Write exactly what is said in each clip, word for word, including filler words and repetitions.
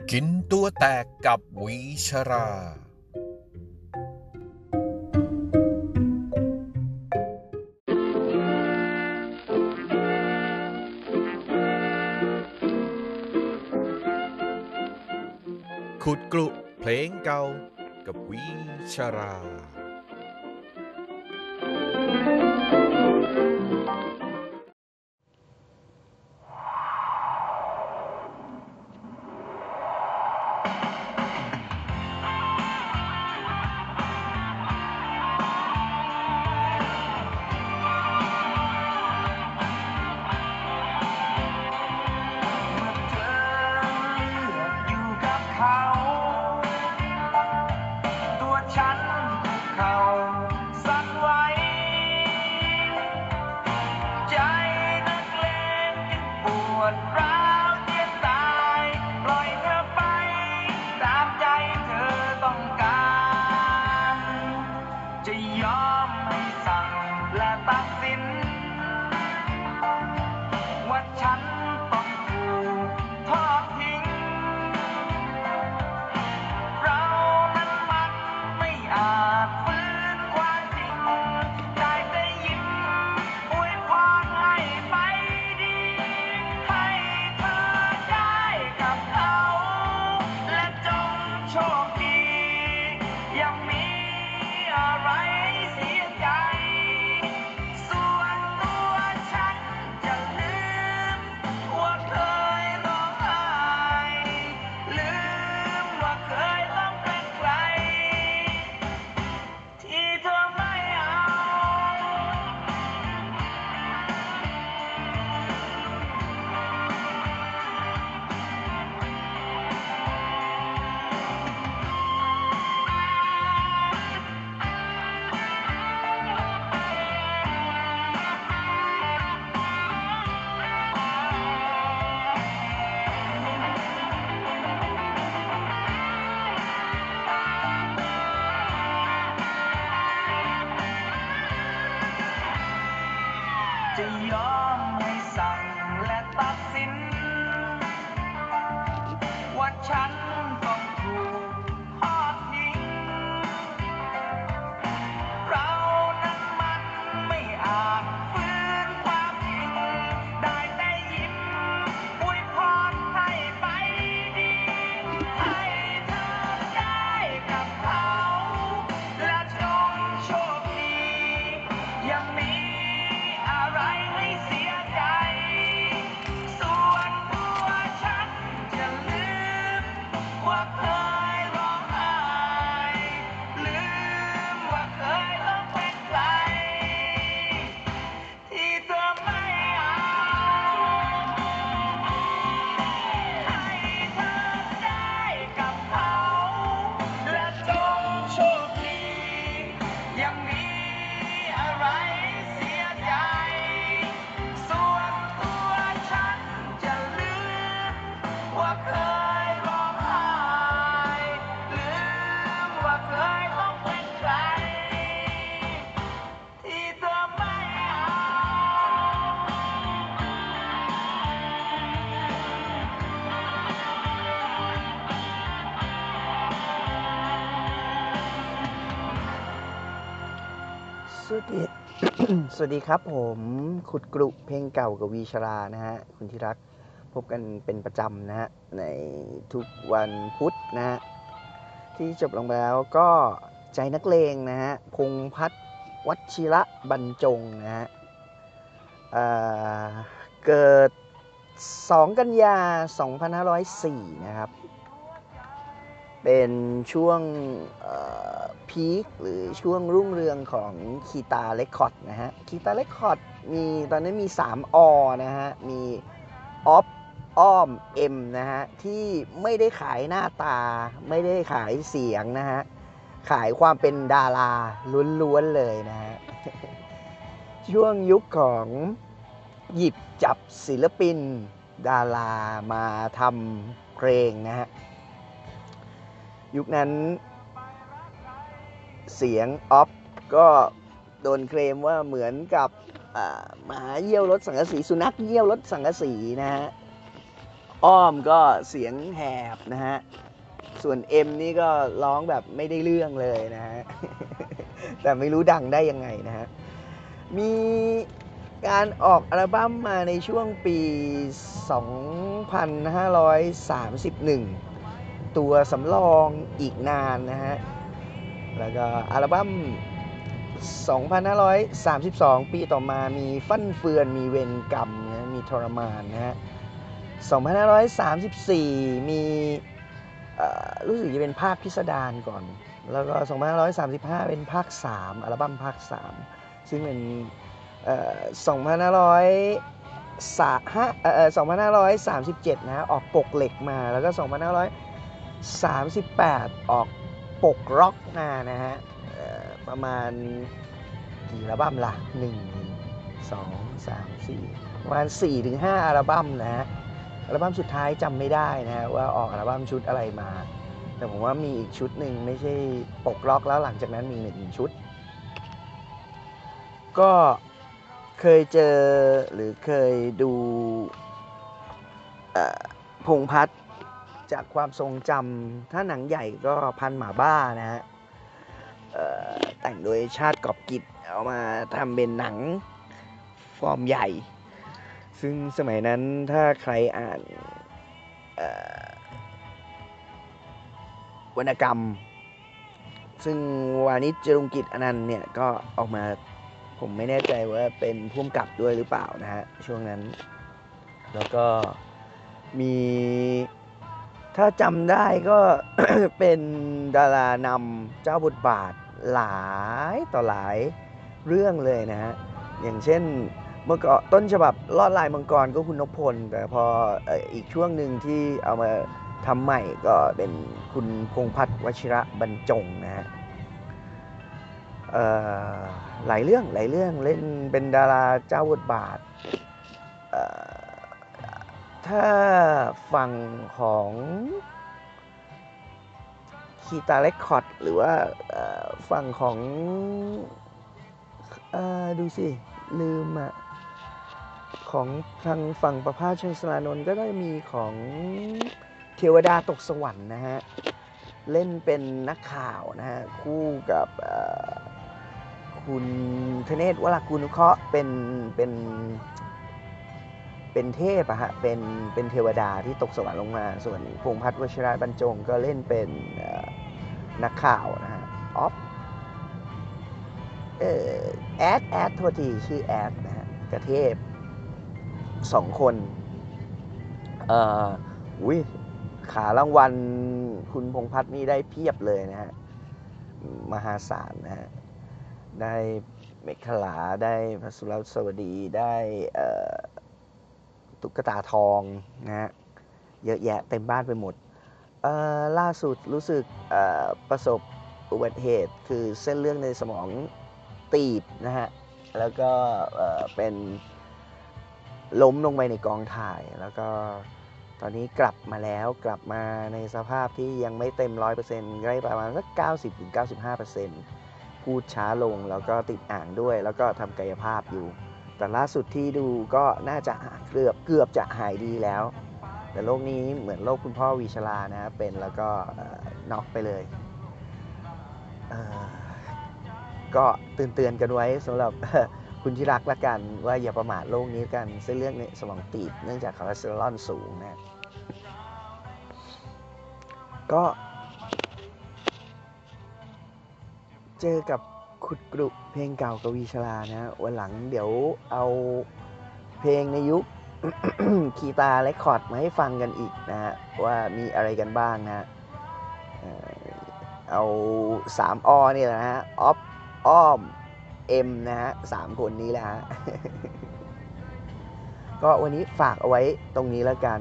กินตัวแตกกับวีชราขุดกลุ่เพลงเก่ากับวีชราจะยอมให้สั่งและตัดสินว่าฉันต้องถูกทอดทิ้งเรานั้นมันไม่อาจฟื้นความจริงได้แต่ยิ้มอวยพรให้ไปดีให้เธอได้กับเขาและจงโชคดีอย่ามีอะไรให้เสียใจส่วนตัวฉันจะลืมว่าเคยร้องไห้ลืมว่าเคยต้องเป็นใครที่เธอไม่เอาให้เธอได้กับเขาและจงโชคดีอย่ามีอะไรเสียใจส่วนตัวฉันจะลืมว่าเคยร้องไห้ลืมว่าเคยต้องเป็นใครที่เธอไม่เอาสวัสดี สวัสดีครับผมขุดกลุ่เพลงเก่ากับวีชรานะฮะคุณที่รักพบกันเป็นประจำนะฮะในทุกวันพุธนะฮะที่จบลงไปแล้วก็ใจนักเลงนะฮะพงษ์พัฒน์วชิระบรรจงนะฮะเอ่อเกิดสองกันยาสองพันห้าร้อยสี่นะครับเป็นช่วงพีคหรือช่วงรุ่งเรืองของคีตาเรคคอร์ดนะฮะคีตาเรคคอร์ดมีตอนนั้นมีสามอนะฮะมีออฟอ้อมเอ็มนะฮะที่ไม่ได้ขายหน้าตาไม่ได้ขายเสียงนะฮะขายความเป็นดาราล้วนๆเลยนะฮะ ช่วงยุคของหยิบจับศิลปินดารามาทำเพลงนะฮะยุคนั้นเสียงออฟก็โดนเคลมว่าเหมือนกับหมาเยี่ยวรถสังกะสีสุนัขเยี่ยวรถสังกะสีนะฮะอ้อมก็เสียงแหบนะฮะส่วนเอ็มนี่ก็ร้องแบบไม่ได้เรื่องเลยนะฮะ แต่ไม่รู้ดังได้ยังไงนะฮะมีการออกอัลบั้มมาในช่วงปี สองพันห้าร้อยสามสิบเอ็ด ตัวสำรองอีกนานนะฮะแล้วก็อัลบั้ม สองพันห้าร้อยสามสิบสอง ปีต่อมามีฟั่นเฟือนมีเวรกรรมนะมีทรมานนะฮะ สองพันห้าร้อยสามสิบสี่ มีรู้สึกจะเป็นภาคพิสดารก่อนแล้วก็ สองพันห้าร้อยสามสิบห้า เป็นภาค สาม อัลบั้มภาค สาม ซึ่งเป็นสองพันห้าร้อยสามสิบเจ็ดนะฮะออกปกเหล็กมาแล้วก็ สองพันห้าร้อยสามสิบแปด ออกปกร็อกมานะฮะประมาณกี่อัลบั้มล่ะหนึ่ง สอง สาม สี่ประมาณ สี่ถึงห้า อัลบั้มนะฮะอัลบั้มสุดท้ายจำไม่ได้นะฮะว่าออกอัลบั้มชุดอะไรมาแต่ผมว่ามีอีกชุดหนึ่งไม่ใช่ปกร็อกแล้วหลังจากนั้นมีหนึ่งชุดก็เคยเจอหรือเคยดูพงษ์พัฒน์จากความทรงจำถ้าหนังใหญ่ก็พันหมาบ้านะฮะแต่งโดยชาติกอบกิจเอามาทำเป็นหนังฟอร์มใหญ่ซึ่งสมัยนั้นถ้าใครอ่านวรรณกรรมซึ่งวานิช จรุงกิจอนันต์เนี่ยก็ออกมาผมไม่แน่ใจว่าเป็นผู้กำกับด้วยหรือเปล่านะฮะช่วงนั้นแล้วก็มีถ้าจำได้ก็ เป็นดารานำเจ้าบทบาทหลายต่อหลายเรื่องเลยนะฮะอย่างเช่นเมื่อก่อนต้นฉบับลอดลายมังกรก็คุณนพพลแต่พออีกช่วงหนึ่งที่เอามาทำใหม่ก็เป็นคุณพงษ์พัฒน์วชิระบรรจงนะฮะหลายเรื่องหลายเรื่องเล่นเป็นดาราเจ้าบทบาทถ้าฝั่งของคีตาเรคคอร์ดหรือว่าฝั่งของดูสิลืมอ่ะของทางฝั่งประภาส ชัยสรานนท์ก็ได้มีของเทวดาตกสวรรค์นะฮะเล่นเป็นนักข่าวนะฮะคู่กับคุณธเนศ วรากุลนุเคราะห์เป็นเป็นเป็นเทพอะฮะเป็นเป็นเทวดาที่ตกสวรรค์ลงมาส่วนพงษ์พัฒน์วชิระบรรจงก็เล่นเป็นนักข่าวนะฮะออฟเอ่อแอดแอดโทษทีชื่อแอดนะฮะกระเทพสองคนเอ่ออุ้ยขารางวัลคุณพงษ์พัฒน์นี่ได้เพียบเลยนะฮะมหาศาลนะฮะได้เมขลาได้พระสุรสวดีได้ตุ๊กตาทองนะฮะเยอะแยะเต็มบ้านไปหมดล่าสุดรู้สึกประสบอุบัติเหตุคือเส้นเลือดในสมองตีบนะฮะแล้วก็เป็นล้มลงไปในกองถ่ายแล้วก็ตอนนี้กลับมาแล้วกลับมาในสภาพที่ยังไม่เต็ม ร้อยเปอร์เซ็นต์ ใกล้ประมาณสัก เก้าสิบถึงเก้าสิบห้าเปอร์เซ็นต์ พูดช้าลงแล้วก็ติดอ่างด้วยแล้วก็ทำกายภาพอยู่แต่ล่าสุดที่ดูก็น่าจะเกือบเกือบจะหายดีแล้วแต่โรคนี้เหมือนโรคคุณพ่อวีชรานะเป็นแล้วก็น็อกไปเลยก็เตือนๆกันไว้สำหรับคุณที่รักละกันว่าอย่าประมาทโรคนี้กันเส้นเลือดในสมองตีบเนื่องจากคอเลสเตอรอลสูงนะก็เจอกับขุดกรุเพลงเก่ากวีชลานะวันหลังเดี๋ยวเอาเพลงในยุค คีตาเรคคอร์ดมาให้ฟังกันอีกนะฮะว่ามีอะไรกันบ้างนะเอาสามอนี่แหละนะฮะออฟอ้อมเอ็มนะฮะสามคนนี้แหละฮะ ก็วันนี้ฝากเอาไว้ตรงนี้แล้วกัน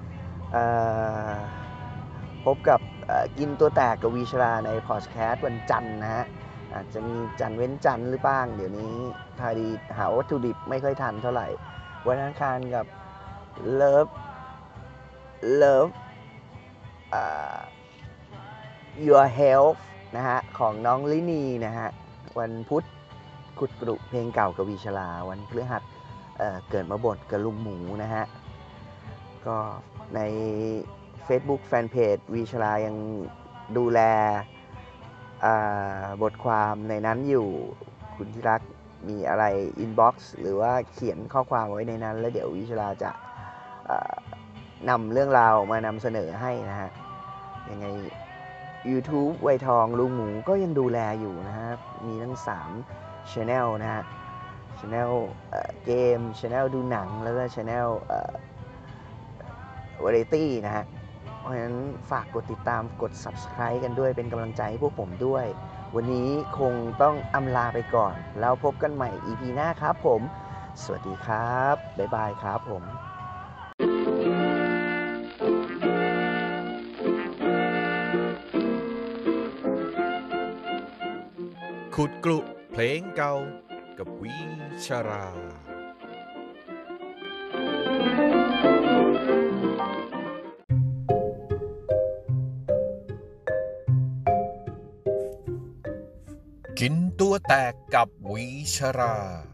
พบกับกินตัวแตกกับวีชราในพอดแคสต์วันจันทร์นะฮะอาจจะมีจันทร์เว้นจันทร์หรือบ้างเดี๋ยวนี้พาดีหาวัตถุดิบไม่ค่อยทันเท่าไหร่วันอังคารกับ Love Love Your Health นะฮะของน้องลินีนะฮะวันพุธขุดกรุเพลงเก่ากับวีชราวันพฤหัส เ, เกิดมาบทกับลุงหมูนะฮะก็ใน Facebook Fanpage วีชลายังดูแลบทความในนั้นอยู่คุณที่รักมีอะไรอินบ็อกซ์หรือว่าเขียนข้อความไว้ในนั้นแล้วเดี๋ยววิชลาจะนำเรื่องราวมานำเสนอให้นะฮะยังไง YouTube ไวทองลุงหมูก็ยังดูแลอยู่นะครับมีทั้งสาม Channel นะฮะ Channel เกม Channel ดูหนังแล้วก็ Channel วาไรตี้นะฮะเพราะฉะนั้นฝากกดติดตามกด Subscribe กันด้วยเป็นกำลังใจให้พวกผมด้วยวันนี้คงต้องอำลาไปก่อนแล้วพบกันใหม่ อี พี หน้าครับผมสวัสดีครับบ๊ายบายครับผมขุดกลุ่เพลงเก่ากับวีชรา กินตัวแตกกับวีชรา